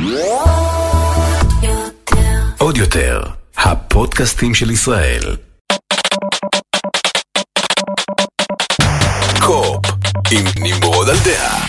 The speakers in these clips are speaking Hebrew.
עוד יותר, הפודקאסטים של ישראל. קופ עם נמרוד על דעה.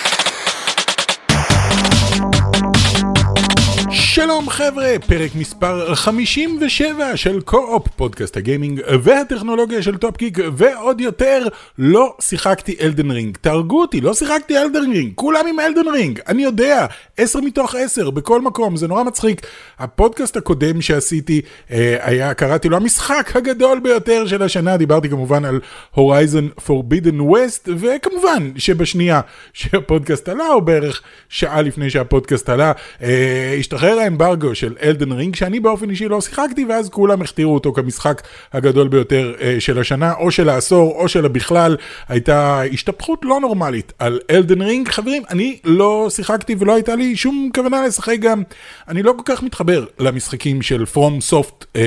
שלום חבר'ה, פרק מספר 57 של קו-אופ, פודקאסט הגיימינג והטכנולוגיה של טופ-גיק, ועוד יותר, לא שיחקתי אלדן רינג. תהרגו אותי, לא שיחקתי אלדן רינג, כולם עם אלדן רינג, אני יודע, 10 מתוך 10, בכל מקום, זה נורא מצחיק. הפודקאסט הקודם שעשיתי, קראתי לו המשחק הגדול ביותר של השנה, דיברתי כמובן על Horizon Forbidden West, וכמובן שבשנייה שהפודקאסט עלה, או בערך שעה לפני שהפודקאסט עלה, השתחרר האמברגו של אלדן רינג, שאני באופן אישי לא שיחקתי, ואז כולם הכתירו אותו כמשחק הגדול ביותר של השנה, או של העשור, או של בכלל. הייתה השתפכות לא נורמלית על אלדן רינג. חברים, אני לא שיחקתי ולא הייתה לי שום כוונה לשחק גם. אני לא כל כך מתחבר למשחקים של From Soft.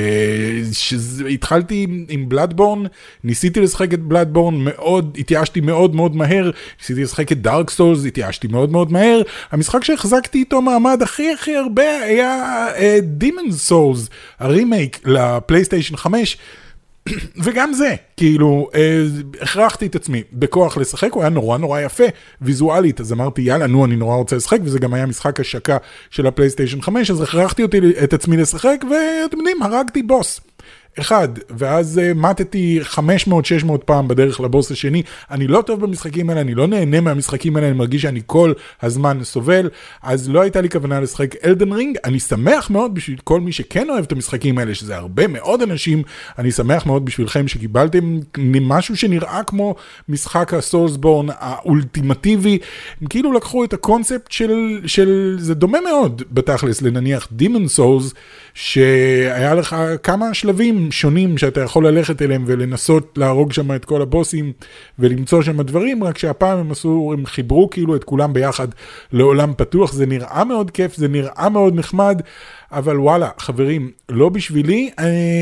התחלתי עם בלאדבורן, ניסיתי לשחק את בלאדבורן, התייאשתי מאוד מאוד מהר. ניסיתי לשחק את דארק סולס, התייאשתי מאוד מאוד מהר. המשחק שהחזקתי איתו מעמד הכי הרבה היה Demon's Souls, הרימייק לפלייסטיישן 5, וגם זה, כאילו, הכרחתי את עצמי בכוח לשחק, הוא היה נורא יפה, ויזואלית, אז אמרתי, יאללה, אני נורא רוצה לשחק, וזה גם היה משחק השקה של הפלייסטיישן 5, אז הכרחתי את עצמי לשחק, ואתם יודעים, הרגתי בוס. אחד, ואז מתתי 500-600 פעם בדרך לבוס השני. אני לא טוב במשחקים האלה, אני לא נהנה מהמשחקים האלה, אני מרגיש שאני כל הזמן סובל, אז לא הייתה לי כוונה לשחק אלדן רינג. אני שמח מאוד בשביל כל מי שכן אוהב את המשחקים האלה, שזה הרבה מאוד אנשים, אני שמח מאוד בשבילכם שקיבלתם משהו שנראה כמו משחק הסולסבורן האולטימטיבי. הם כאילו לקחו את הקונספט של זה דומה מאוד בתכלס לנניח Demon's Souls, שהיה לך כמה שלבים שונים שאתה יכול ללכת אליהם ולנסות להרוג שם את כל הבוסים ולמצוא שם דברים, רק שהפעם הם חיברו כאילו את כולם ביחד לעולם פתוח. זה נראה מאוד כיף, זה נראה מאוד נחמד, אבל וואלה, חברים, לא בשבילי.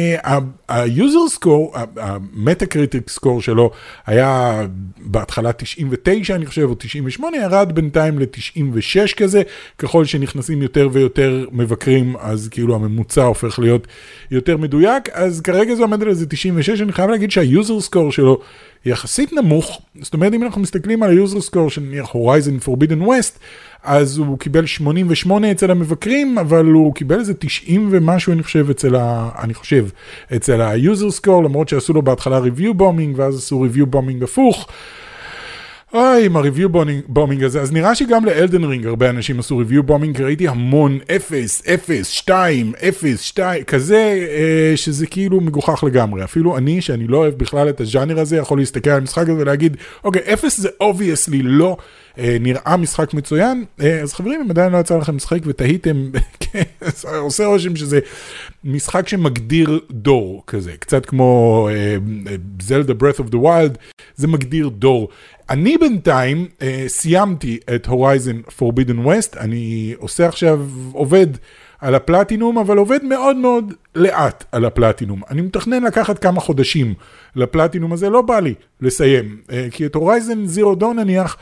ה-user score, ה-metacritic score שלו היה בהתחלה 99, אני חושב, או 98, ירד בינתיים ל-96 כזה, ככל שנכנסים יותר ויותר מבקרים, אז כאילו הממוצע הופך להיות יותר מדויק, אז כרגע זה עומד על איזה 96, אני חייב להגיד שה-user score שלו יחסית נמוך. זאת אומרת, אם אנחנו מסתכלים על ה-user score של Horizon Forbidden West, אז הוא קיבל 88 אצל המבקרים, אבל הוא קיבל איזה 90 ומשהו, אני חושב, אצל ה-user score, למרות שעשו לו בהתחלה review bombing, ואז עשו review bombing הפוך. אוי, עם ה-review bombing הזה, אז נראה שגם לאלדן רינג הרבה אנשים עשו review bombing, ראיתי המון 0, 0, 2, 0, 2, כזה שזה כאילו מגוחך לגמרי. אפילו אני, שאני לא אוהב בכלל את הז'אנר הזה, יכול להסתכל על המשחק הזה ולהגיד, אוקיי, 0 זה obviously לא נראה משחק מצוין. אז חברים, אם עדיין לא יצא לכם משחק ותהיתם, עושה רושם שזה משחק שמגדיר דור כזה, קצת כמו Zelda Breath of the Wild, זה מגדיר דור. אני בינתיים סיימתי את Horizon Forbidden West, אני עושה עכשיו, עובד על הפלטינום, אבל עובד מאוד מאוד לאט על הפלטינום. אני מתכנן לקחת כמה חודשים לפלטינום הזה, לא בא לי לסיים, כי את Horizon Zero Dawn נניח,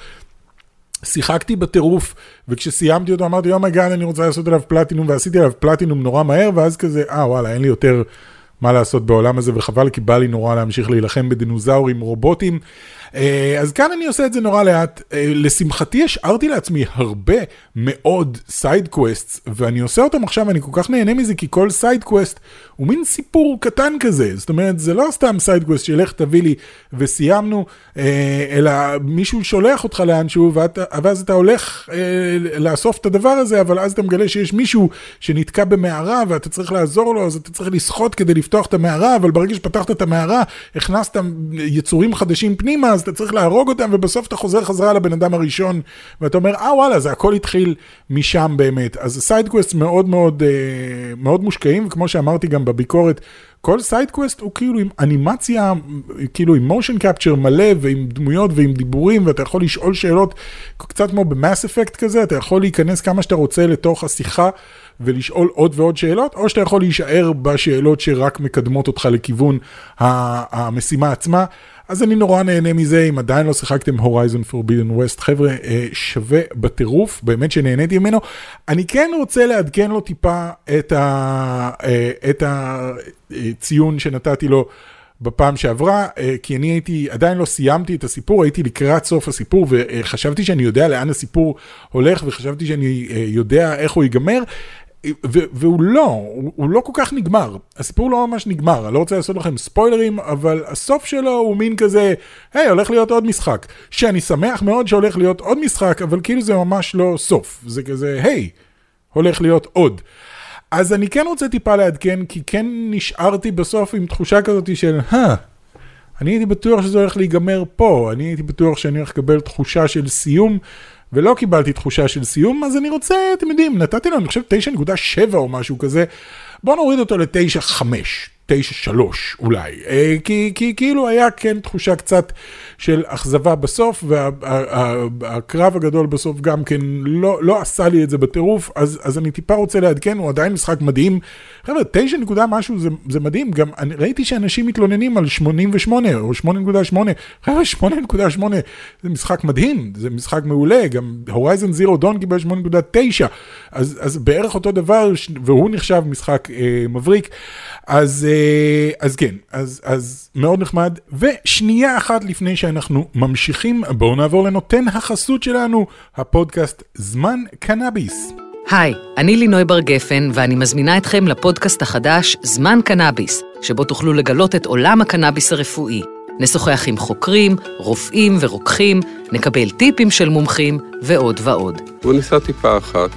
שיחקתי בטירוף, וכשסיימתי אותו אמרתי, אומייגאד, אני רוצה לעשות עליו פלטינום, ועשיתי עליו פלטינום נורא מהר, ואז כזה, וואלה, אין לי יותר מה לעשות בעולם הזה, וחבל, כי בא לי נורא להמשיך להילחם בדינוזאורים, רובוטים. אז כאן אני עושה את זה נורא לאט. לשמחתי השארתי לעצמי הרבה מאוד סייד קווסטס, ואני עושה אותם עכשיו, אני כל כך נהנה מזה, כי כל סייד קווסט הוא מין סיפור קטן כזה. זאת אומרת, זה לא סתם סייד קווסט שילך תביא לי וסיימנו, אלא מישהו שולח אותך לאנשהו, ואז אתה הולך לאסוף את הדבר הזה, אבל אז אתה מגלה שיש מישהו שנתקע במערה, ואתה צריך לעזור לו, אז אתה צריך לשחות כדי לפתוח את המערה, אבל ברגע שפתחת את המערה, הכנסת יצורים חדשים פנימה, אז אתה צריך להרוג אותם, ובסוף אתה חוזר חזרה לבן אדם הראשון, ואתה אומר, וואלה, זה הכל התחיל משם באמת. אז הסייד קווסט מאוד מאוד, מאוד מושקעים, וכמו שאמרתי גם בביקורת, כל סיידקווסט הוא כאילו עם אנימציה, כאילו עם מושן קפצ'ר מלא, ועם דמויות ועם דיבורים, ואתה יכול לשאול שאלות, קצת כמו במאס אפקט כזה, אתה יכול להיכנס כמה שאתה רוצה לתוך השיחה, ולשאול עוד ועוד שאלות, או שאתה יכול להישאר בשאלות שרק מקדמות אותך לכיוון המשימה עצמה. אז אני נורא נהנה מזה, אם עדיין לא שיחקתם Horizon Forbidden West, חבר'ה, שווה בטירוף, באמת שנהניתי ממנו. אני כן רוצה לעדכן לו טיפה את הציון שנתתי לו בפעם שעברה, כי אני עדיין לא סיימתי את הסיפור, הייתי לקראת סוף הסיפור, וחשבתי שאני יודע לאן הסיפור הולך, וחשבתי שאני יודע איך הוא ייגמר, והוא לא כל כך נגמר. הסיפור לא ממש נגמר. אני לא רוצה לעשות לכם ספוילרים, אבל הסוף שלו הוא מין כזה, היי, הולך להיות עוד משחק. שאני שמח מאוד שהולך להיות עוד משחק, אבל כאילו זה ממש לא סוף. זה כזה, היי, הולך להיות עוד. אז אני כן רוצה טיפה לעדכן, כי כן נשארתי בסוף עם תחושה כזאת של, אני הייתי בטוח שזה הולך להיגמר פה. אני הייתי בטוח שאני הולך לקבל תחושה של סיום, ולא קיבלתי תחושה של סיום, אז אני רוצה, אתם יודעים, נתתי לו, אני חושב 9.7 או משהו כזה, בוא נוריד אותו ל-9.5, 9.3 אולי, כי כאילו היה כן תחושה קצת של אכזבה בסוף, והקרב הגדול בסוף גם כן לא עשה לי את זה בטירוף, אז אני טיפה רוצה לעדכן, הוא עדיין משחק מדהים, חבר'ה, 9 נקודה משהו זה מדהים, גם ראיתי שאנשים מתלוננים על 88 או 8.8, חבר'ה, 8.8 זה משחק מדהים, זה משחק מעולה, גם Horizon Zero Dawn קיבל 8.9, אז בערך אותו דבר, והוא נחשב משחק מבריק, אז כן, אז מאוד נחמד, ושנייה אחת לפני שאנחנו ממשיכים, בואו נעבור לנותן החסות שלנו, הפודקאסט זמן קנאביס. היי, אני לינוי בר גפן, ואני מזמינה אתכם לפודקאסט החדש זמן קנאביס, שבו תוכלו לגלות את עולם הקנאביס הרפואי. נשוחח עם חוקרים, רופאים ורוקחים, נקבל טיפים של מומחים ועוד ועוד. הוא ניסה טיפה אחת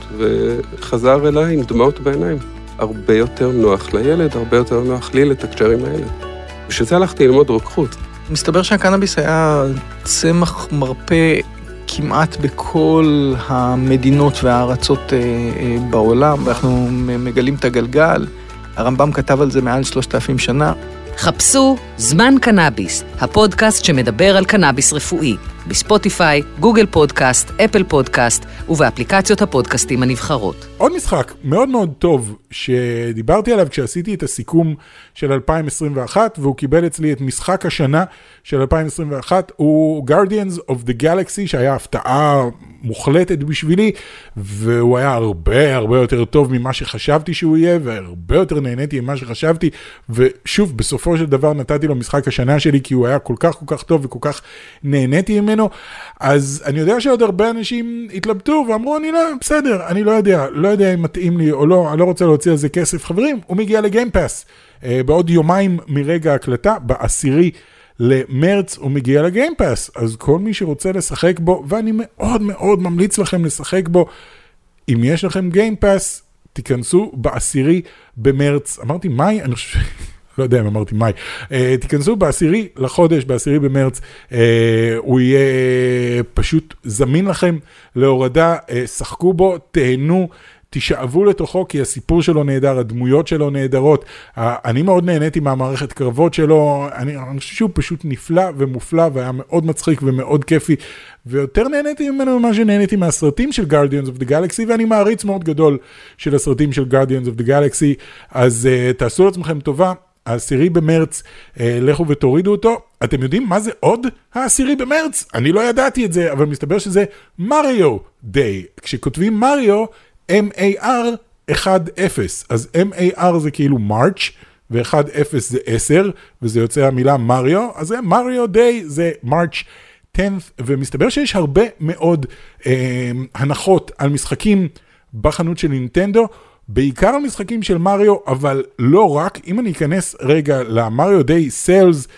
וחזר אליי עם דמעות בעיניים. הרבה יותר נוח לילד, הרבה יותר נוח לי לתקשר עם הילד. בשביל זה הלכתי ללמוד רוקחות. מסתבר שהקנאביס היה צמח מרפא כמעט בכל המדינות והארצות בעולם, ואנחנו מגלים את הגלגל. הרמב"ם כתב על זה מעל 3,000 שנה. חפשו זמן קנאביס, הפודקאסט שמדבר על קנאביס רפואי, בספוטיפיי, גוגל פודקאסט, אפל פודקאסט ובאפליקציות הפודקאסטים הנבחרות. עוד משחק מאוד מאוד טוב שדיברתי עליו כשעשיתי את הסיכום של 2021, והוא קיבל אצלי את משחק השנה של 2021, הוא Guardians of the Galaxy, שהיה הפתעה מוחלטת בשבילי, והוא היה הרבה הרבה יותר טוב ממה שחשבתי שהוא יהיה, והרבה יותר נהניתי ממה שחשבתי, ושוב, בסופו של דבר נתתי לו משחק השנה שלי, כי הוא היה כל כך כל כך טוב וכל כך נהניתי ממנו. אז אני יודע שעוד הרבה אנשים התלבטו ואמרו, אני לא, בסדר, אני לא יודע אם מתאים לי או לא, אני לא רוצה להוציא על זה כסף. חברים, הוא מגיע לגיימפאס. בעוד יומיים מרגע ההקלטה, ב10 למרץ הוא מגיע לגיימפאס. אז כל מי שרוצה לשחק בו, ואני מאוד מאוד ממליץ לכם לשחק בו, אם יש לכם גיימפאס, תיכנסו ב10 במרץ. אמרתי מאי, אני חושב... לא יודע אם אמרתי מאי, תיכנסו ב10 לחודש, ב10 במרץ, הוא יהיה פשוט זמין לכם להורדה, שחקו בו, תהנו, תשאבו לתוכו, כי הסיפור שלו נהדר, הדמויות שלו נהדרות, אני מאוד נהניתי מהמערכת קרבות שלו, אני חושב שהוא פשוט נפלא ומופלא, והיה מאוד מצחיק ומאוד כיפי, ויותר נהניתי ממנו ממה שנהניתי מהסרטים של Guardians of the Galaxy, ואני מעריץ מאוד גדול של הסרטים של Guardians of the Galaxy, אז תעשו לעצמכם טובה, 10 במרץ, לכו ותורידו אותו. אתם יודעים מה זה עוד 10 במרץ? אני לא ידעתי את זה, אבל מסתבר שזה מריו דיי. כשכותבים מריו, M-A-R 1-0. אז M-A-R זה כאילו March, ו-1-0 זה 10, וזה יוצא המילה מריו. אז זה מריו דיי, זה March 10th, ומסתבר שיש הרבה מאוד הנחות על משחקים בחנות של נינטנדו, בעיקר המשחקים של מריו, אבל לא רק. אם אני אכנס רגע למריו דיי סיילס,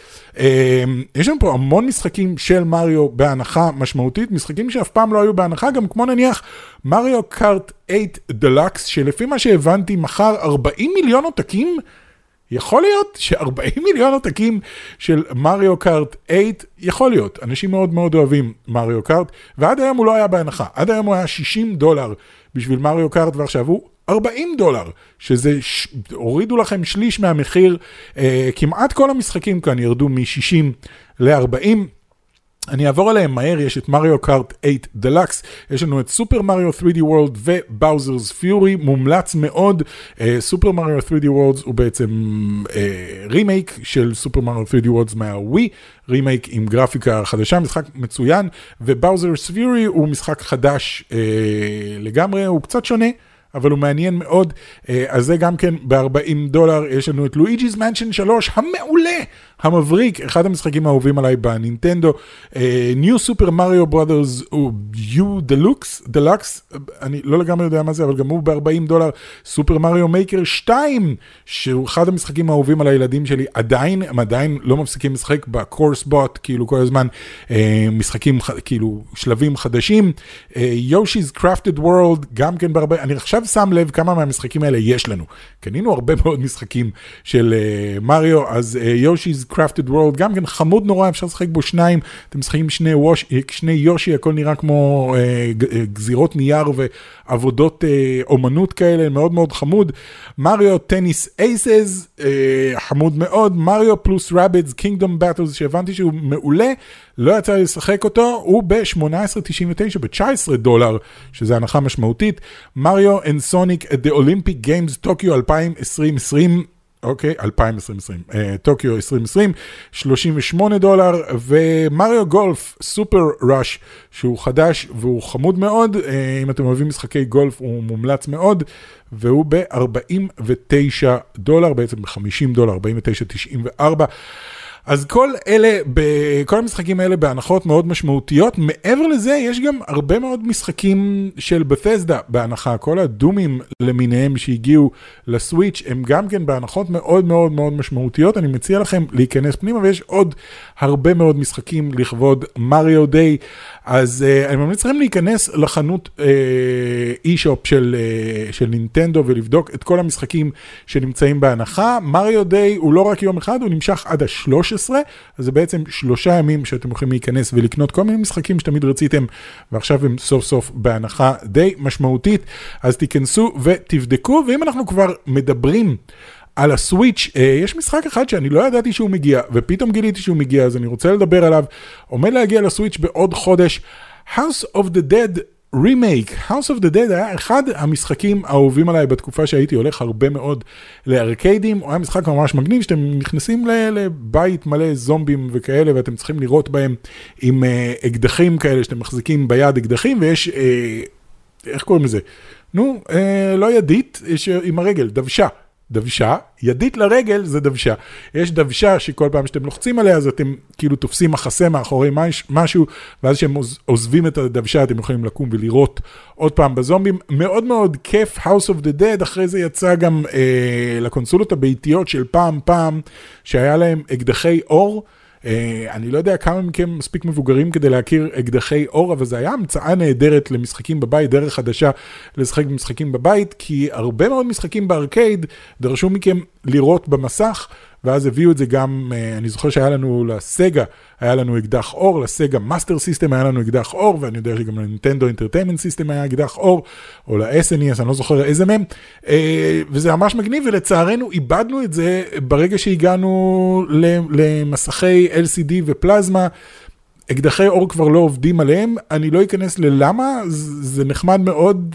יש לנו פה המון משחקים של מריו בהנחה משמעותית, משחקים שאף פעם לא היו בהנחה, גם כמו נניח מריו קארט 8 דלקס, שלפי מה שהבנתי מחר 40 מיליון עותקים, יכול להיות ש40 מיליון עותקים של מריו קארט 8, יכול להיות, אנשים מאוד מאוד אוהבים מריו קארט, ועד היום הוא לא היה בהנחה, עד היום הוא היה $60 בשביל מריו קארט, ועכשיו הוא $40, שזה הורידו לכם שליש מהמחיר, כמעט כל המשחקים כאן ירדו מ-60 ל-40, אני אעבור עליהם מהר, יש את מריו קארט 8 דלקס, יש לנו את סופר מריו 3D World ובאוזרס פיורי, מומלץ מאוד. סופר מריו 3D World הוא בעצם רימייק של סופר מריו 3D World מהווי, רימייק עם גרפיקה חדשה, משחק מצוין, ובאוזרס פיורי הוא משחק חדש לגמרי, הוא קצת שונה, אבל הוא מעניין מאוד. אז זה גם כן $40, יש לנו את לואיג'י's מנשן 3, המעולה, המבריק, אחד המשחקים האהובים עליי בנינטנדו, New Super Mario Brothers הוא U Deluxe, אני לא לגמרי יודע מה זה, אבל גם הוא $40, Super Mario Maker 2, שהוא אחד המשחקים האהובים על הילדים שלי, הם עדיין לא מפסיקים לשחק בקורס בוט, כאילו כל הזמן משחקים, כאילו שלבים חדשים, Yoshi's Crafted World, גם כן אני עכשיו שם לב כמה מהמשחקים האלה יש לנו, קנינו הרבה מאוד משחקים של מריו, אז Yoshi's Crafted World, גם כן חמוד נורא, אפשר לשחק בו שניים, אתם משחקים שני יושי, הכל נראה כמו גזירות נייר ועבודות אומנות כאלה, מאוד מאוד חמוד. מריו טניס אייסס, חמוד מאוד. מריו פלוס רביטס קינגדום באטלס, שהבנתי שהוא מעולה, לא יצא לי לשחק אותו, הוא ב-$18.99, $19, שזה הנחה משמעותית. מריו and Sonic at the Olympic Games טוקיו 2020, אוקיי, 2020, טוקיו 2020, $38, ומריו גולף סופר ראש, שהוא חדש והוא חמוד מאוד, אם אתם אוהבים משחקי גולף הוא מומלץ מאוד, והוא $49, בעצם $50, 49.94. אז כל המשחקים האלה בהנחות מאוד משמעותיות. מעבר לזה, יש גם הרבה מאוד משחקים של בת'סדה בהנחה. כל הדומים למיניהם שהגיעו לסוויץ' הם גם כן בהנחות מאוד מאוד מאוד משמעותיות. אני מציע לכם להיכנס פנימה, ויש עוד הרבה מאוד משחקים לכבוד מריו דיי. אז אני ממליץ לכם להיכנס לחנות אי-שופ של נינטנדו ולבדוק את כל המשחקים שנמצאים בהנחה. מריו דיי הוא לא רק יום אחד, הוא נמשך עד ה-13, אז זה בעצם 3 ימים שאתם יכולים להיכנס ולקנות כל מיני משחקים שתמיד רציתם, ועכשיו הם סוף סוף בהנחה די משמעותית. אז תיכנסו ותבדקו, ואם אנחנו כבר מדברים על הסוויץ', יש משחק אחד שאני לא ידעתי שהוא מגיע, ופתאום גיליתי שהוא מגיע, אז אני רוצה לדבר עליו. עומד להגיע לסוויץ' בעוד חודש, House of the Dead רימייק. House of the Dead היה אחד המשחקים האהובים עליי בתקופה שהייתי הולך הרבה מאוד לארקיידים. הוא היה משחק ממש מגניב, שאתם נכנסים לבית מלא זומבים וכאלה, ואתם צריכים לראות בהם עם אקדחים כאלה, שאתם מחזיקים ביד אקדחים, ויש, איך קוראים לזה? לא ידית, יש עם הרגל, דוושה, ידית לרגל זה דוושה. יש דוושה שכל פעם שאתם לוחצים עליה, אז אתם כאילו תופסים מחסה מאחורי משהו, ואז שהם עוזבים את הדוושה, אתם יכולים לקום ולראות עוד פעם בזומבים. מאוד מאוד כיף, House of the Dead, אחרי זה יצא גם לקונסולות הביתיות של פעם, שהיה להם אקדחי אור, אני לא יודע כמה מכם מספיק מבוגרים כדי להכיר אקדחי אור, אבל זה היה המצאה נהדרת למשחקים בבית, דרך חדשה לשחק במשחקים בבית, כי הרבה מאוד משחקים בארקייד דרשו מכם לראות במסך, ואז הביאו את זה גם, אני זוכר שהיה לנו לסגה, היה לנו אקדח אור, לסגה מאסטר סיסטם היה לנו אקדח אור, ואני יודע שגם לנינטנדו אינטרטיימנט סיסטם היה אקדח אור, או ל-SNES, אני לא זוכר איזה מהם, וזה ממש מגניב, ולצערנו איבדנו את זה ברגע שהגענו למסכי LCD ופלזמה, אקדחי אור כבר לא עובדים עליהם, אני לא אכנס ללמה, זה נחמד מאוד,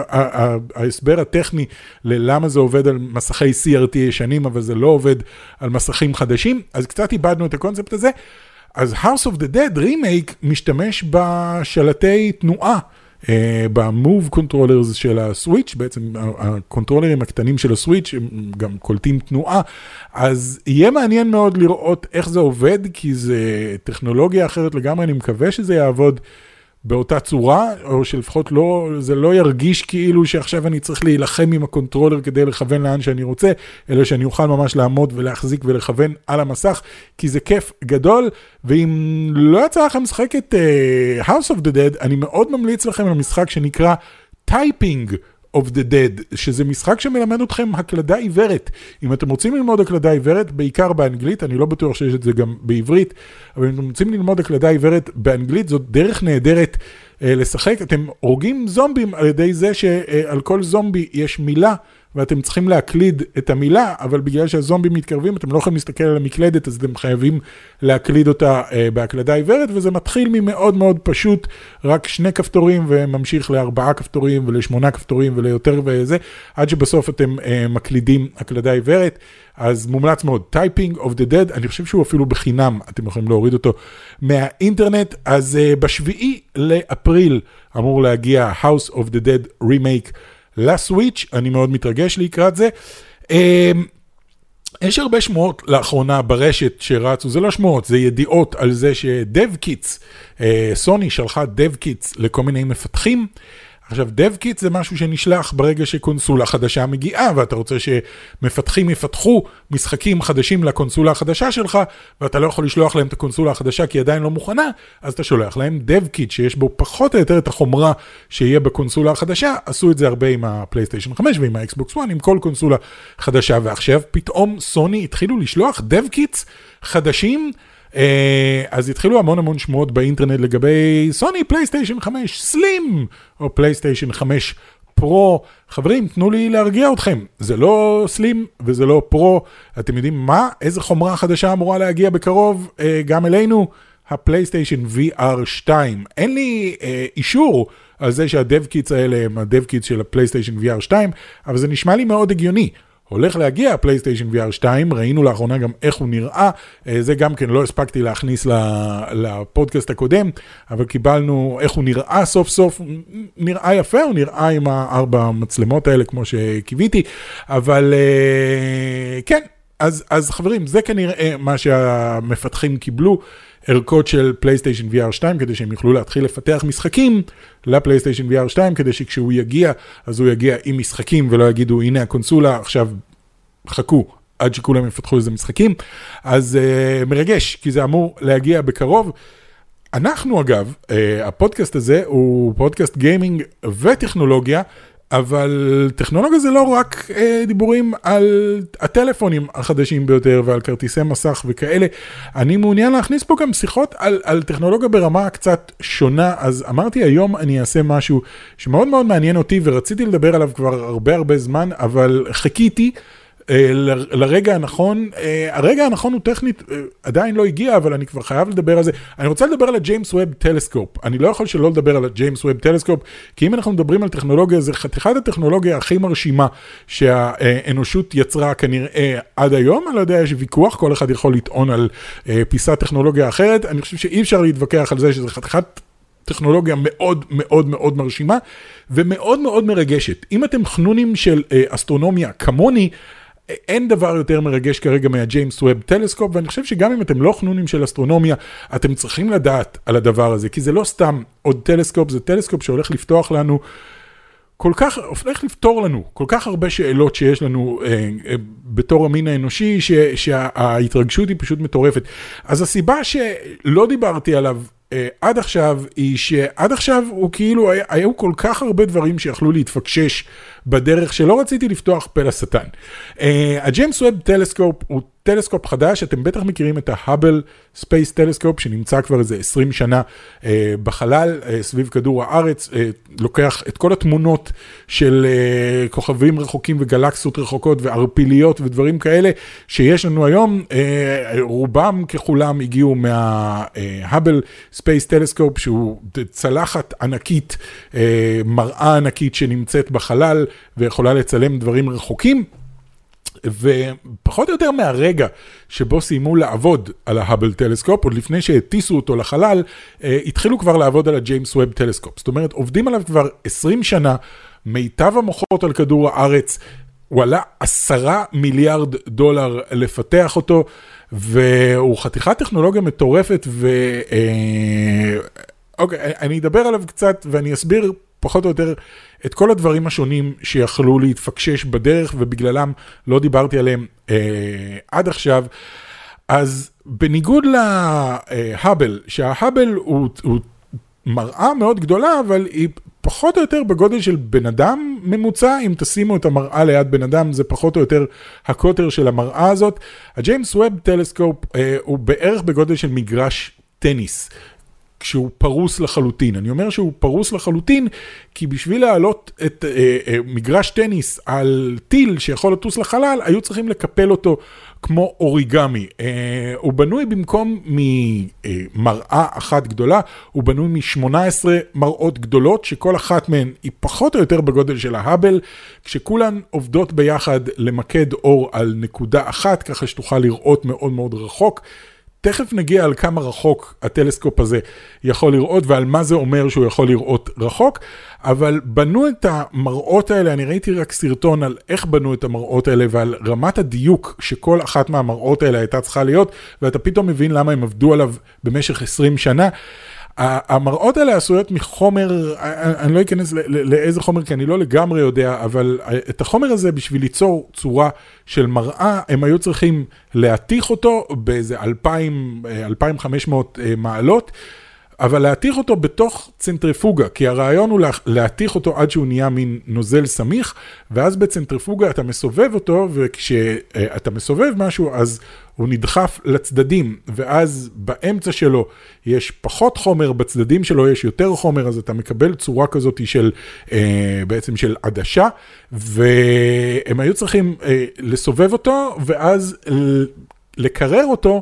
ההסבר הטכני ללמה זה עובד על מסכי CRT ישנים, אבל זה לא עובד על מסכים חדשים, אז קצת איבדנו את הקונספט הזה. אז House of the Dead Remake משתמש בשלטי תנועה, במוב קונטרולרס של הסוויץ', בעצם הקונטרולרים הקטנים של הסוויץ' הם גם קולטים תנועה, אז יהיה מעניין מאוד לראות איך זה עובד, כי זה טכנולוגיה אחרת לגמרי, אני מקווה שזה יעבוד באותה צורה, או שלפחות זה לא ירגיש כאילו שעכשיו אני צריך להילחם עם הקונטרולר כדי לכוון לאן שאני רוצה, אלא שאני אוכל ממש לעמוד ולהחזיק ולכוון על המסך, כי זה כיף גדול. ואם לא יצא לכם לשחק את House of the Dead, אני מאוד ממליץ לכם על משחק שנקרא Typing of the Dead, שזה משחק שמלמד אתכם הקלדה עיוורת. אם אתם רוצים ללמוד הקלדה עיוורת, בעיקר באנגלית, אני לא בטוח שיש את זה גם בעברית, אבל אם אתם רוצים ללמוד הקלדה עיוורת באנגלית, זאת דרך נהדרת לשחק, אתם הורגים זומבים על ידי זה שעל כל זומבי יש מילה, ואתם צריכים להקליד את המילה, אבל בגלל שהזומבים מתקרבים, אתם לא יכולים להסתכל על המקלדת, אז אתם חייבים להקליד אותה בהקלדה עיוורת, וזה מתחיל ממאוד מאוד פשוט, רק 2 כפתורים, וממשיך ל4 כפתורים, ול8 כפתורים, וליותר וזה, עד שבסוף אתם מקלידים הקלדה עיוורת, אז מומלץ מאוד, Typing of the Dead, אני חושב שהוא אפילו בחינם, אתם יכולים להוריד אותו מהאינטרנט, אז ב7 לאפריל אמור להגיע House of the Dead Remake, לסוויץ', אני מאוד מתרגש לקראת זה. יש הרבה שמועות לאחרונה ברשת שרצו, זה לא שמועות, זה ידיעות על זה שDevKits, סוני שלחה DevKits לכל מיני מפתחים, עכשיו, DevKit זה משהו שנשלח ברגע שקונסולה חדשה מגיעה, ואתה רוצה שמפתחים יפתחו משחקים חדשים לקונסולה החדשה שלך, ואתה לא יכול לשלוח להם את הקונסולה החדשה כי היא עדיין לא מוכנה, אז אתה שולח להם DevKit שיש בו פחות או יותר את החומרה שיהיה בקונסולה החדשה, עשו את זה הרבה עם הפלייסטיישן 5 ועם האקסבוקס 1, עם כל קונסולה חדשה, ועכשיו פתאום סוני התחילו לשלוח DevKits חדשים, אז התחילו המון שמועות באינטרנט לגבי סוני פלייסטיישן 5 סלים, או פלייסטיישן 5 פרו. חברים, תנו לי להרגיע אתכם, זה לא סלים וזה לא פרו, אתם יודעים מה? איזה חומרה חדשה אמורה להגיע בקרוב גם אלינו? הפלייסטיישן VR 2. אין לי אישור על זה שהדב-קיטס האלה הם הדב-קיטס של הפלייסטיישן VR 2, אבל זה נשמע לי מאוד הגיוני. הולך להגיע הפלייסטיישן VR 2, ראינו לאחרונה גם איך הוא נראה, זה גם כן לא הספקתי להכניס לפודקאסט הקודם, אבל קיבלנו איך הוא נראה סוף סוף, נראה יפה, הוא נראה עם 4 מצלמות האלה כמו שקיוויתי, אבל כן, אז חברים, זה כנראה מה שהמפתחים קיבלו, ערכות של פלייסטיישן VR 2, כדי שהם יוכלו להתחיל לפתח משחקים לפלייסטיישן VR 2, כדי שכשהוא יגיע, אז הוא יגיע עם משחקים, ולא יגידו, הנה הקונסולה, עכשיו חכו, עד שכולם יפתחו איזה משחקים. אז מרגש, כי זה אמור להגיע בקרוב. אנחנו אגב, הפודקאסט הזה הוא פודקאסט גיימינג וטכנולוגיה, אבל טכנולוגיה זה לא רק דיבורים על הטלפונים החדשים ביותר ועל כרטיסי מסך וכאלה. אני מעוניין להכניס פה גם שיחות על טכנולוגיה ברמה קצת שונה, אז אמרתי היום אני אעשה משהו שמאוד מאוד מעניין אותי ורציתי לדבר עליו כבר הרבה זמן, אבל חיכיתי לרגע הנכון. הרגע הנכון הוא טכנית, עדיין לא הגיע, אבל אני כבר חייב לדבר על זה. אני רוצה לדבר על הג'יימס ווב טלסקופ. אני לא יכול שלא לדבר על הג'יימס ווב טלסקופ, כי אם אנחנו מדברים על טכנולוגיה, זה חתיכת הטכנולוגיה הכי מרשימה שהאנושות יצרה כנראה עד היום. אני לא יודע, יש ויכוח, כל אחד יכול לטעון על פיסת טכנולוגיה אחרת. אני חושב שאי אפשר להתווכח על זה שזה חתיכת טכנולוגיה מאוד מאוד מאוד מרשימה, ומאוד מאוד מרגשת. אם אתם חנונים של אסטרונומיה כמוני, אין דבר יותר מרגש כרגע מהג'יימס ווב טלסקופ, ואני חושב שגם אם אתם לא חנונים של אסטרונומיה, אתם צריכים לדעת על הדבר הזה, כי זה לא סתם עוד טלסקופ, זה טלסקופ שהולך לפתוח לנו, הולך לפתור לנו כל כך הרבה שאלות שיש לנו בתור המין האנושי, שההתרגשות היא פשוט מטורפת. אז הסיבה שלא דיברתי עליו עד עכשיו, היא שעד עכשיו הוא כאילו, היו כל כך הרבה דברים שיכלו להתפקשש בדרך שלא רציתי לפתוח פה לשטן. הג'יימס ווב טלסקופ הוא טלסקופ חדש, אתם בטח מכירים את ההאבל ספייס טלסקופ, שנמצא כבר איזה 20 שנה בחלל, סביב כדור הארץ, לוקח את כל התמונות של כוכבים רחוקים וגלקסיות רחוקות וערפיליות ודברים כאלה שיש לנו היום, רובם ככולם הגיעו מההאבל ספייס טלסקופ, שהוא צלחת ענקית, מראה ענקית שנמצאת בחלל ויכולה לצלם דברים רחוקים, ופחות או יותר מהרגע שבו סיימו לעבוד על ההאבל טלסקופ, עוד לפני שהטיסו אותו לחלל, התחילו כבר לעבוד על הג'יימס ווב טלסקופ. זאת אומרת, עובדים עליו כבר 20 שנה, מיטב המוחות על כדור הארץ, הוא עלה $10 מיליארד לפתח אותו, והוא חתיכת טכנולוגיה מטורפת, אוקיי, אני אדבר עליו קצת ואני אסביר פחות או יותר את כל הדברים השונים שיכלו להתפקשש בדרך, ובגללם לא דיברתי עליהם עד עכשיו. אז בניגוד להאבל, שההאבל הוא מראה מאוד גדולה, אבל היא פחות או יותר בגודל של בן אדם ממוצע. אם תשימו את המראה ליד בן אדם, זה פחות או יותר הקוטר של המראה הזאת. הג'יימס ווב טלסקופ הוא בערך בגודל של מגרש טניס. כשהוא פרוס לחלוטין. אני אומר שהוא פרוס לחלוטין, כי בשביל להעלות את מגרש טניס על טיל שיכול לטוס לחלל, היו צריכים לקפל אותו כמו אוריגמי. הוא בנוי במקום ממראה אחת גדולה, הוא בנוי מ-18 מראות גדולות, שכל אחת מהן היא פחות או יותר בגודל של ההאבל, כשכולן עובדות ביחד למקד אור על נקודה אחת, ככה שתוכל לראות מאוד מאוד רחוק. תכף נגיע על כמה רחוק הטלסקופ הזה יכול לראות, ועל מה זה אומר שהוא יכול לראות רחוק, אבל בנו את המראות האלה, אני ראיתי רק סרטון על איך בנו את המראות האלה, ועל רמת הדיוק שכל אחת מהמראות האלה הייתה צריכה להיות, ואתה פתאום מבין למה הם עבדו עליו במשך 20 שנה. המראות האלה עשויות מחומר, אני לא אכנס לאיזה חומר, כי אני לא לגמרי יודע, אבל את החומר הזה בשביל ליצור צורה של מראה, הם היו צריכים להתיך אותו באיזה 2,500 מעלות, אבל להתיך אותו בתוך צנטריפוגה, כי הרעיון הוא להתיך אותו עד שהוא נהיה מין נוזל סמיך, ואז בצנטריפוגה אתה מסובב אותו, וכשאתה מסובב משהו, אז הוא נדחף לצדדים, ואז באמצע שלו יש פחות חומר, בצדדים שלו יש יותר חומר, אז אתה מקבל צורה כזאת של, בעצם של עדשה, והם היו צריכים לסובב אותו, ואז לקרר אותו,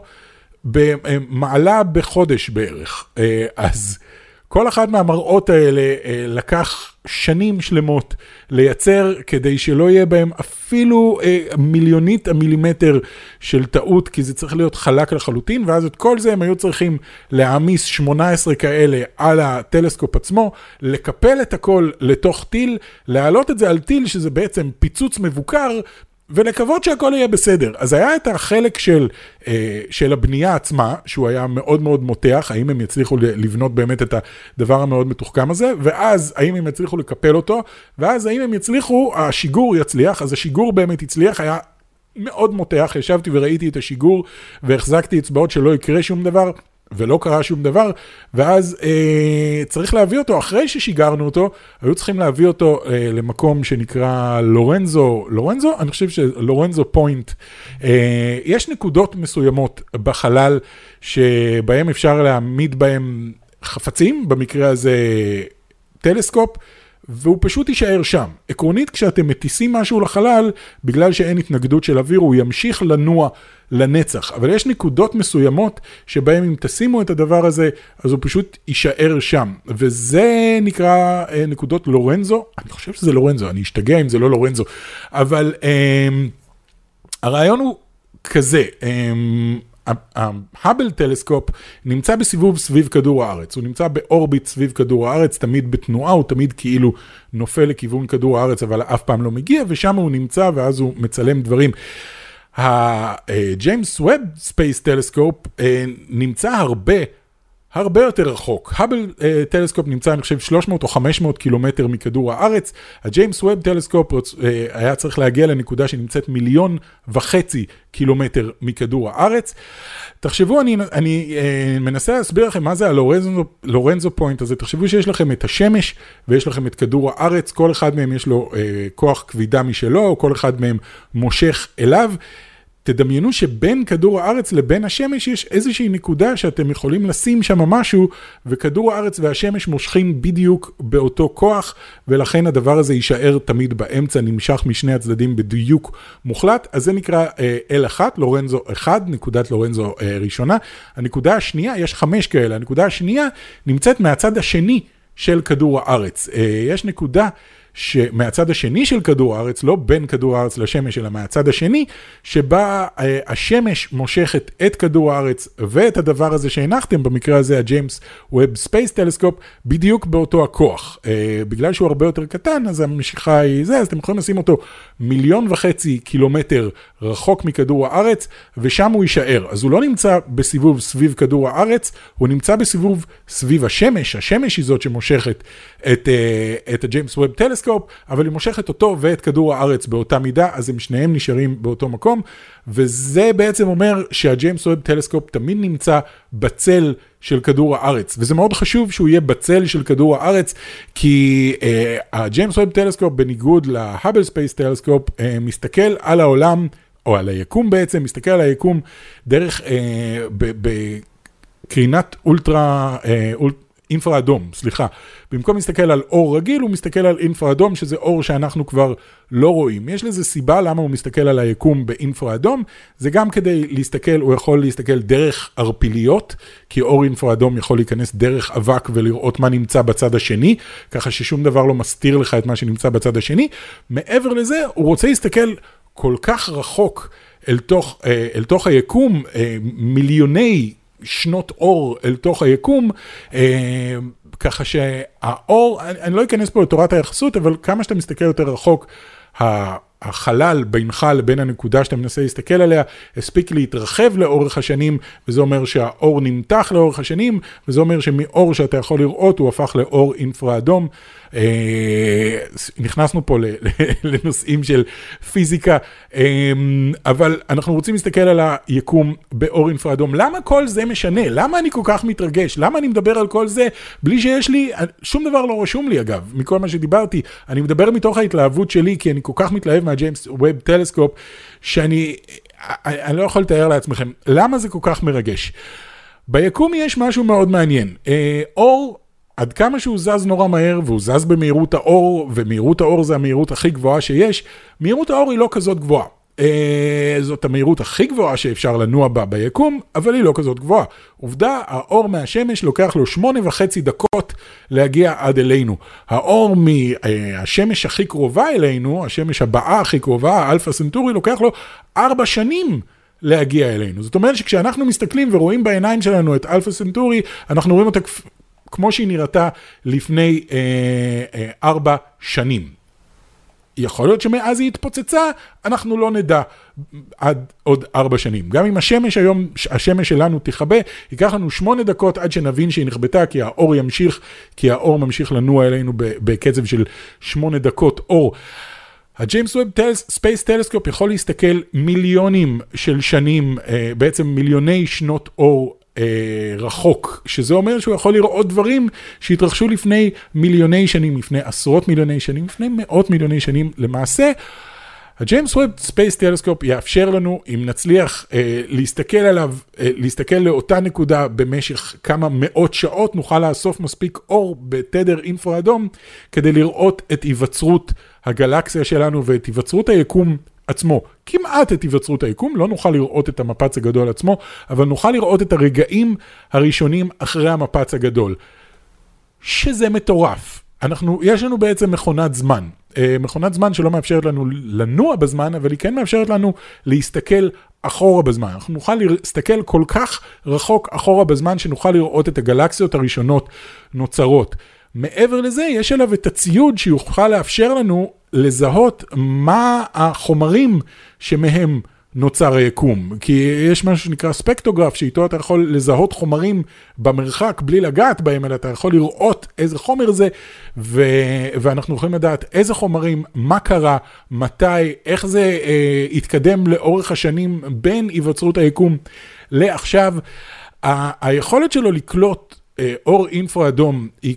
במעלה בחודש בערך. אז כל אחד מהמראות האלה לקח שנים שלמות לייצר, כדי שלא יהיה בהם אפילו מיליונית המילימטר של טעות, כי זה צריך להיות חלק לחלוטין, ואז את כל זה הם היו צריכים להעמיס 18 כאלה על הטלסקופ עצמו, לקפל את הכל לתוך טיל, להעלות את זה על טיל, שזה בעצם פיצוץ מבוקר, ולקוות שהכל יהיה בסדר. אז היה את החלק של הבנייה עצמה, שהוא היה מאוד מאוד מותח, האם הם יצליחו לבנות באמת את הדבר המאוד מתוחכם הזה, ואז האם הם יצליחו לקפל אותו, ואז האם הם יצליחו, השיגור יצליח, אז השיגור באמת יצליח, היה מאוד מותח, ישבתי וראיתי את השיגור, והחזקתי אצבעות שלא יקרה שום דבר, ולא קרה שום דבר, ואז צריך להביא אותו, אחרי ששיגרנו אותו, היו צריכים להביא אותו למקום שנקרא לורנזו, אני חושב שלורנזו פוינט, יש נקודות מסוימות בחלל, שבהם אפשר להעמיד בהם חפצים, במקרה הזה טלסקופ, והוא פשוט יישאר שם. עקרונית, כשאתם מטיסים משהו לחלל, בגלל שאין התנגדות של אוויר, הוא ימשיך לנוע לנצח. אבל יש נקודות מסוימות, שבהם אם תשימו את הדבר הזה, אז הוא פשוט יישאר שם. וזה נקרא נקודות לורנזו. אני חושב שזה לורנזו, אני אשתגע אם זה לא לורנזו. אבל הרעיון הוא כזה, ההאבל טלסקופ נמצא בסיבוב סביב כדור הארץ, הוא נמצא באורביט סביב כדור הארץ, תמיד בתנועה, הוא תמיד כאילו נופל לכיוון כדור הארץ, אבל אף פעם לא מגיע, ושם הוא נמצא ואז הוא מצלם דברים. הג'יימס ווב ספייס טלסקופ נמצא הרבה יותר רחוק. האבל טלסקופ נמצא, אני חושב, 300 או 500 קילומטר מכדור הארץ. הג'יימס ווב טלסקופ היה צריך להגיע לנקודה שנמצאת 1.5 מיליון קילומטר מכדור הארץ. תחשבו, אני מנסה להסביר לכם מה זה הלורנזו פוינט הזה. תחשבו שיש לכם את השמש ויש לכם את כדור הארץ. כל אחד מהם יש לו כוח כבידה משלו, כל אחד מהם מושך אליו. תדמיינו שבין כדור הארץ לבין השמש יש איזושהי נקודה שאתם יכולים לשים שם משהו, וכדור הארץ והשמש מושכים בדיוק באותו כוח, ולכן הדבר הזה יישאר תמיד באמצע, נמשך משני הצדדים בדיוק מוחלט. אז זה נקרא L1, לורנזו 1, נקודת לורנזו ראשונה. הנקודה השנייה, יש 5 כאלה, הנקודה השנייה נמצאת מהצד השני של כדור הארץ. יש נקודה שמהצד השני של כדור הארץ, לא בין כדור הארץ לשמש, אלא מהצד השני, שבה השמש מושכת את כדור הארץ ואת הדבר הזה שהנחתם, במקרה הזה הג'יימס ווב ספייס טלסקופ, בדיוק באותו הכוח. בגלל שהוא הרבה יותר קטן, אז המשיכה היא זה, אז אתם יכולים לשים אותו 1.5 מיליון קילומטר רחוק מכדור הארץ, ושם הוא יישאר. אז הוא לא נמצא בסיבוב סביב כדור הארץ, הוא נמצא בסיבוב סביב השמש. השמש היא זאת שמושכת את הג'יימס ווב טלסקופ, אבל היא מושכת אותו ואת כדור הארץ באותה מידה, אז הם שניהם נשארים באותו מקום, וזה בעצם אומר שהג'יימס ווב טלסקופ תמיד נמצא בצל של כדור הארץ, וזה מאוד חשוב שהוא יהיה בצל של כדור הארץ, כי הג'יימס ווב טלסקופ, בניגוד להאבל ספייס טלסקופ, מסתכל על העולם, או על היקום בעצם, מסתכל על היקום דרך, קרינת אינפרה אדום, סליחה. במקום להסתכל על אור רגיל, הוא מסתכל על אינפרה אדום, שזה אור שאנחנו כבר לא רואים. יש לזה סיבה למה הוא מסתכל על היקום באינפרה אדום, זה גם כדי להסתכל, הוא יכול להסתכל דרך ערפיליות, כי אור אינפרה אדום יכול להיכנס דרך אבק ולראות מה נמצא בצד השני, ככה ששום דבר לא מסתיר לך את מה שנמצא בצד השני. מעבר לזה, הוא רוצה להסתכל כל כך רחוק אל תוך היקום, מיליוני שנות אור אל תוך היקום, ככה שהאור, אני לא אכנס פה לתורת היחסות, אבל כמה שאתה מסתכל יותר רחוק, החלל בינך לבין הנקודה שאתה מנסה להסתכל עליה, הספיק להתרחב לאורך השנים, וזה אומר שהאור נמתח לאורך השנים, וזה אומר שמאור שאתה יכול לראות, הוא הפך לאור אינפרה אדום. נכנסנו פה לנושאים של פיזיקה, אבל אנחנו רוצים להסתכל על היקום באור אינפרה אדום. למה כל זה משנה? למה אני כל כך מתרגש? למה אני מדבר על כל זה בלי שיש לי, שום דבר לא רשום לי אגב, מכל מה שדיברתי. אני מדבר מתוך ההתלהבות שלי, כי אני כל כך מתלהב מהג'יימס ווב טלסקופ, שאני לא יכול לתאר לעצמכם. למה זה כל כך מרגש? ביקום יש משהו מאוד מעניין. אור, עד כמה שהוא זז נורא מהר, והוא זז במהירות האור, ומהירות האור זה המהירות הכי גבוהה שיש, מהירות האור היא לא כזאת גבוהה. זאת המהירות הכי גבוהה שאפשר לנוע בה ביקום, אבל היא לא כזאת גבוהה. עובדה, האור מהשמש לוקח לו 8.5 דקות להגיע עד אלינו. האור מהשמש הכי קרובה אלינו, השמש הבאה הכי קרובה, אלפא סנטורי, לוקח לו 4 שנים להגיע אלינו. זאת אומרת שכשאנחנו מסתכלים ורואים בעיניים שלנו את אלפא סנטורי, אנחנו רואים אותה כמו שהיא נראתה לפני 4 שנים. יכול להיות שמאז היא התפוצצה, אנחנו לא נדע עד עוד 4 שנים. גם אם השמש היום, השמש שלנו תחבא, ייקח לנו 8 דקות עד שנבין שהיא נכבתה, כי האור ממשיך לנוע אלינו בקצב של 8 דקות אור. הג'יימס ווב ספייס טלסקופ יכול להסתכל מיליונים של שנים, בעצם מיליוני שנות אור רחוק, שזה אומר שהוא יכול לראות דברים שהתרחשו לפני מיליוני שנים, לפני עשרות מיליוני שנים, לפני מאות מיליוני שנים. למעשה, הג'יימס ווב ספייס טלסקופ יאפשר לנו, אם נצליח להסתכל עליו, להסתכל לאותה נקודה במשך כמה מאות שעות, נוכל לאסוף מספיק אור בתדר אינפרה אדום, כדי לראות את היווצרות הגלקסיה שלנו ואת היווצרות היקום עצמו. כמעט את היווצרות היקום, לא נוכל לראות את המפץ הגדול עצמו, אבל נוכל לראות את הרגעים הראשונים אחרי המפץ הגדול. שזה מטורף. יש לנו בעצם מכונת זמן. מכונת זמן שלא מאפשרת לנו לנוע בזמן, אבל היא כן מאפשרת לנו להסתכל אחורה בזמן. אנחנו נוכל להסתכל כל כך רחוק אחורה בזמן, שנוכל לראות את הגלקסיות הראשונות נוצרות. מעבר לזה, יש עליו את הציוד שיוכל לאפשר לנו לזהות מה החומרים שמהם נוצר היקום. כי יש משהו שנקרא ספקטוגרף, שאיתו אתה יכול לזהות חומרים במרחק בלי לגעת בהם, אלא אתה יכול לראות איזה חומר זה, ואנחנו יכולים לדעת איזה חומרים, מה קרה, מתי, איך זה התקדם לאורך השנים בין היווצרות היקום לעכשיו. היכולת שלו לקלוט אור אינפרה אדום היא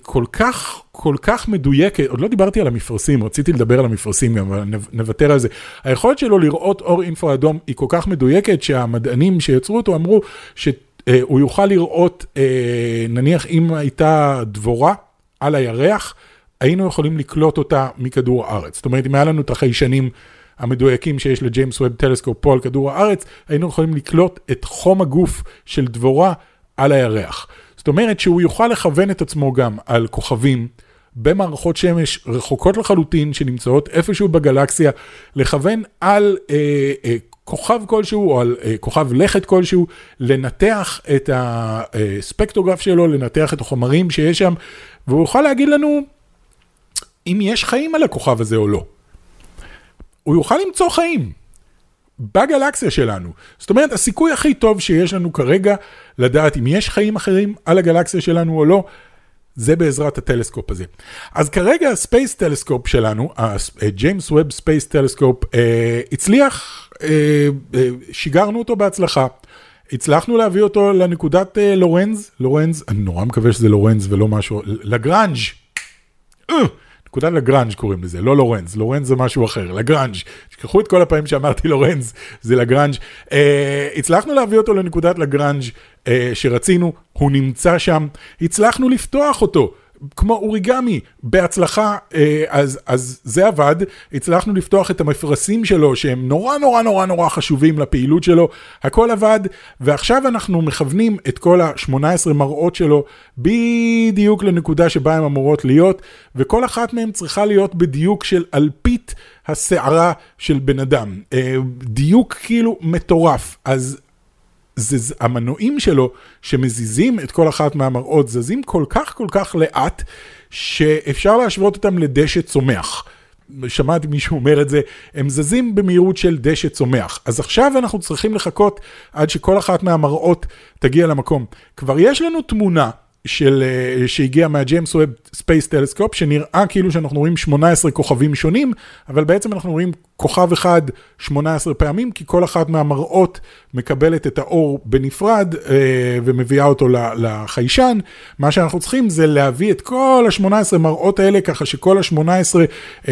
כל כך מדויקת, עוד לא דיברתי על המפרשים, רציתי לדבר על המפרשים גם, אבל נוותר על זה. היכולת שלו לראות אור אינפרה אדום היא כל כך מדויקת, שהמדענים שיצרו אותו אמרו שהוא יוכל לראות, נניח אם הייתה דבורה על הירח, היינו יכולים לקלוט אותה מכדור הארץ. זאת אומרת, אם היה לנו את החיישנים המדויקים שיש לג'יימס ווב טלסקופ פה על כדור הארץ, היינו יכולים לקלוט את חום הגוף של דבורה על הירח. זאת אומרת שהוא יוכל לכוון את עצמו גם על כוכבים במערכות שמש רחוקות לחלוטין שנמצאות איפשהו בגלקסיה, לכוון על כוכב כלשהו או על כוכב לכת כלשהו, לנתח את הספקטוגרף שלו, לנתח את החומרים שיש שם, והוא יוכל להגיד לנו אם יש חיים על הכוכב הזה או לא. הוא יוכל למצוא חיים בגלקסיה שלנו. זאת אומרת, הסיכוי הכי טוב שיש לנו כרגע לדעת אם יש חיים אחרים על הגלקסיה שלנו או לא, זה בעזרת הטלסקופ הזה. אז כרגע הספייס טלסקופ שלנו, הג'יימס ווב ספייס טלסקופ, הצליח, שיגרנו אותו בהצלחה, הצלחנו להביא אותו לנקודת לורנז, אני נורא מקווה שזה לורנז ולא משהו, לגרנז', נקודת לגרנג' קוראים לזה, לא לורנז, לורנז זה משהו אחר, לגרנג', שכחו את כל הפעמים שאמרתי לורנז, זה לגרנג'. הצלחנו להביא אותו לנקודת לגרנג' שרצינו, הוא נמצא שם, הצלחנו לפתוח אותו, כמו אוריגמי, בהצלחה, אז זה עבד, הצלחנו לפתוח את המפרסים שלו, שהם נורא נורא נורא נורא חשובים לפעילות שלו, הכל עבד, ועכשיו אנחנו מכוונים את כל ה-18 מראות שלו, בדיוק לנקודה שבה הן אמורות להיות, וכל אחת מהן צריכה להיות בדיוק של אלפית השערה של בן אדם, דיוק כאילו מטורף, אז זה המנועים שלו שמזיזים את כל אחת מהמראות, זזים כל כך לאט, שאפשר להשוות אותם לדשא צומח. שמעתי מישהו אומר את זה, הם זזים במהירות של דשא צומח. אז עכשיו אנחנו צריכים לחכות עד שכל אחת מהמראות תגיע למקום. כבר יש לנו תמונה שהגיעה מהג'יימס ווב ספייס טלסקופ, שנראה כאילו שאנחנו רואים 18 כוכבים שונים, אבל בעצם אנחנו רואים כוכב אחד 18 פעמים, כי כל אחת מהמראות מקבלת את האור בנפרד, ומביאה אותו לחיישן. מה שאנחנו צריכים זה להביא את כל ה-18 מראות האלה, ככה שכל ה-18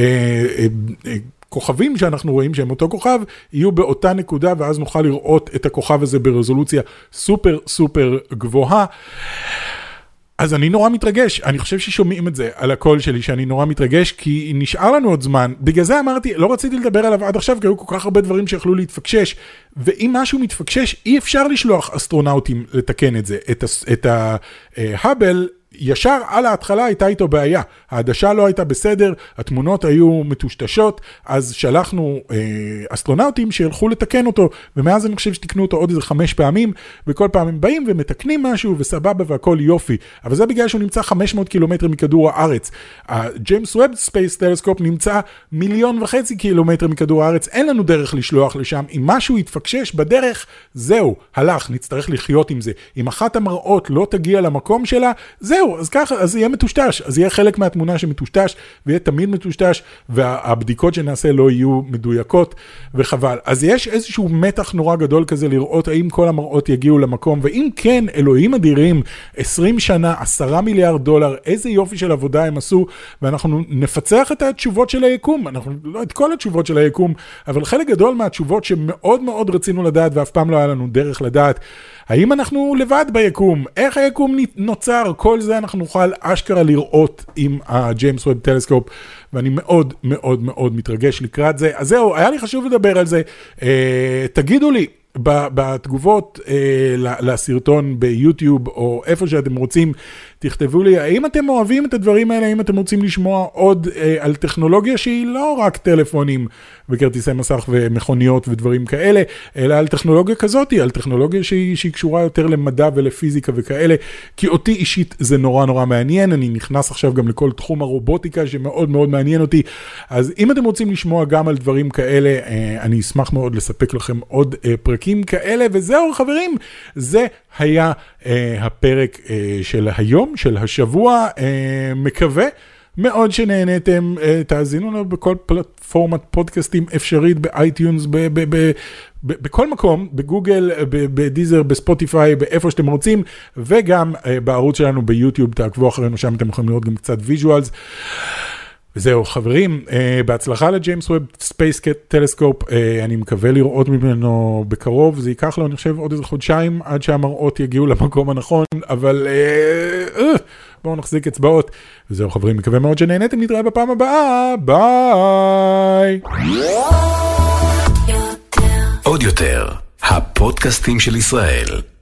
כוכבים שאנחנו רואים שהם אותו כוכב, יהיו באותה נקודה, ואז נוכל לראות את הכוכב הזה ברזולוציה סופר סופר גבוהה. אז אני נורא מתרגש, אני חושב ששומעים את זה על הקול שלי, שאני נורא מתרגש, כי נשאר לנו עוד זמן, בגלל זה אמרתי, לא רציתי לדבר עליו עד עכשיו, כי היו כל כך הרבה דברים שיכלו להתפקשש, ואם משהו מתפקשש, אי אפשר לשלוח אסטרונאוטים לתקן את זה, את ההאבל, ישר על ההתחלה הייתה איתו בעיה, העדשה לא הייתה בסדר, התמונות היו מטושטשות, אז שלחנו אסטרונאוטים שילכו לתקן אותו, ומאז אני חושב שתקנו אותו עוד איזה 5 פעמים, וכל פעם הם באים ומתקנים משהו, וסבבה והכל יופי, אבל זה בגלל שהוא נמצא 500 קילומטר מכדור הארץ, הג'יימס ווב ספייס טלסקופ נמצא 1.5 מיליון קילומטר מכדור הארץ, אין לנו דרך לשלוח לשם, אם משהו יתפקשש בדרך, זהו, הלך, נצטרך לחיות עם זה, אם אחת המראות לא תגיע למקום שלה, זהו, אז ככה, אז יהיה מטושטש, אז יהיה חלק מהתמונה שמטושטש, ויהיה תמיד מטושטש, והבדיקות שנעשה לא יהיו מדויקות, וחבל. אז יש איזשהו מתח נורא גדול כזה לראות האם כל המראות יגיעו למקום, ואם כן, אלוהים אדירים, 20 שנה, $10 מיליארד, איזה יופי של עבודה הם עשו, ואנחנו נפצח את התשובות של היקום, אנחנו לא את כל התשובות של היקום, אבל חלק גדול מהתשובות שמאוד מאוד רצינו לדעת, ואף פעם לא היה לנו דרך לדעת, האם אנחנו לבד ביקום? איך היקום נוצר? כל זה אנחנו נוכל אשכרה לראות עם הג'יימס ווב טלסקופ, ואני מאוד מאוד מאוד מתרגש לקראת זה. אז זהו, היה לי חשוב לדבר על זה. תגידו לי, בתגובות לסרטון ביוטיוב, או איפה שאתם רוצים, תכתבו לי, האם אתם אוהבים את הדברים האלה, האם אתם רוצים לשמוע עוד על טכנולוגיה שהיא לא רק טלפונים וכרטיסי מסך ומכוניות ודברים כאלה, אלא על טכנולוגיה כזאת, על טכנולוגיה שהיא קשורה יותר למדע ולפיזיקה וכאלה, כי אותי אישית זה נורא נורא מעניין, אני נכנס עכשיו גם לכל תחום הרובוטיקה שמאוד מאוד מעניין אותי, אז אם אתם רוצים לשמוע גם על דברים כאלה, אני אשמח מאוד לספק לכם עוד פרקים כאלה, וזהו חברים, זה היה הפרק של היום, של השבוע, מקווה מאוד שנהנתם, תאזינו לנו בכל פלטפורמת פודקאסטים אפשרית, באייטיונס, בכל מקום, בגוגל, בדיזר, בספוטיפיי, באיפה שאתם רוצים, וגם בערוץ שלנו ביוטיוב, תעקבו אחרינו שם, אתם יכולים לראות גם קצת ויז'ואלס. וזהו חברים, בהצלחה לג'יימס ווב ספייס טלסקופ, אני מקווה לראות ממנו בקרוב, זה ייקח לו אני חושב עוד איזה חודשיים עד שהמראות יגיעו למקום הנכון, אבל בואו נחזיק אצבעות, וזהו חברים, מקווה מאוד שנהנתם, נתראה בפעם הבאה, ביי! עוד יותר, הפודקאסטים של ישראל.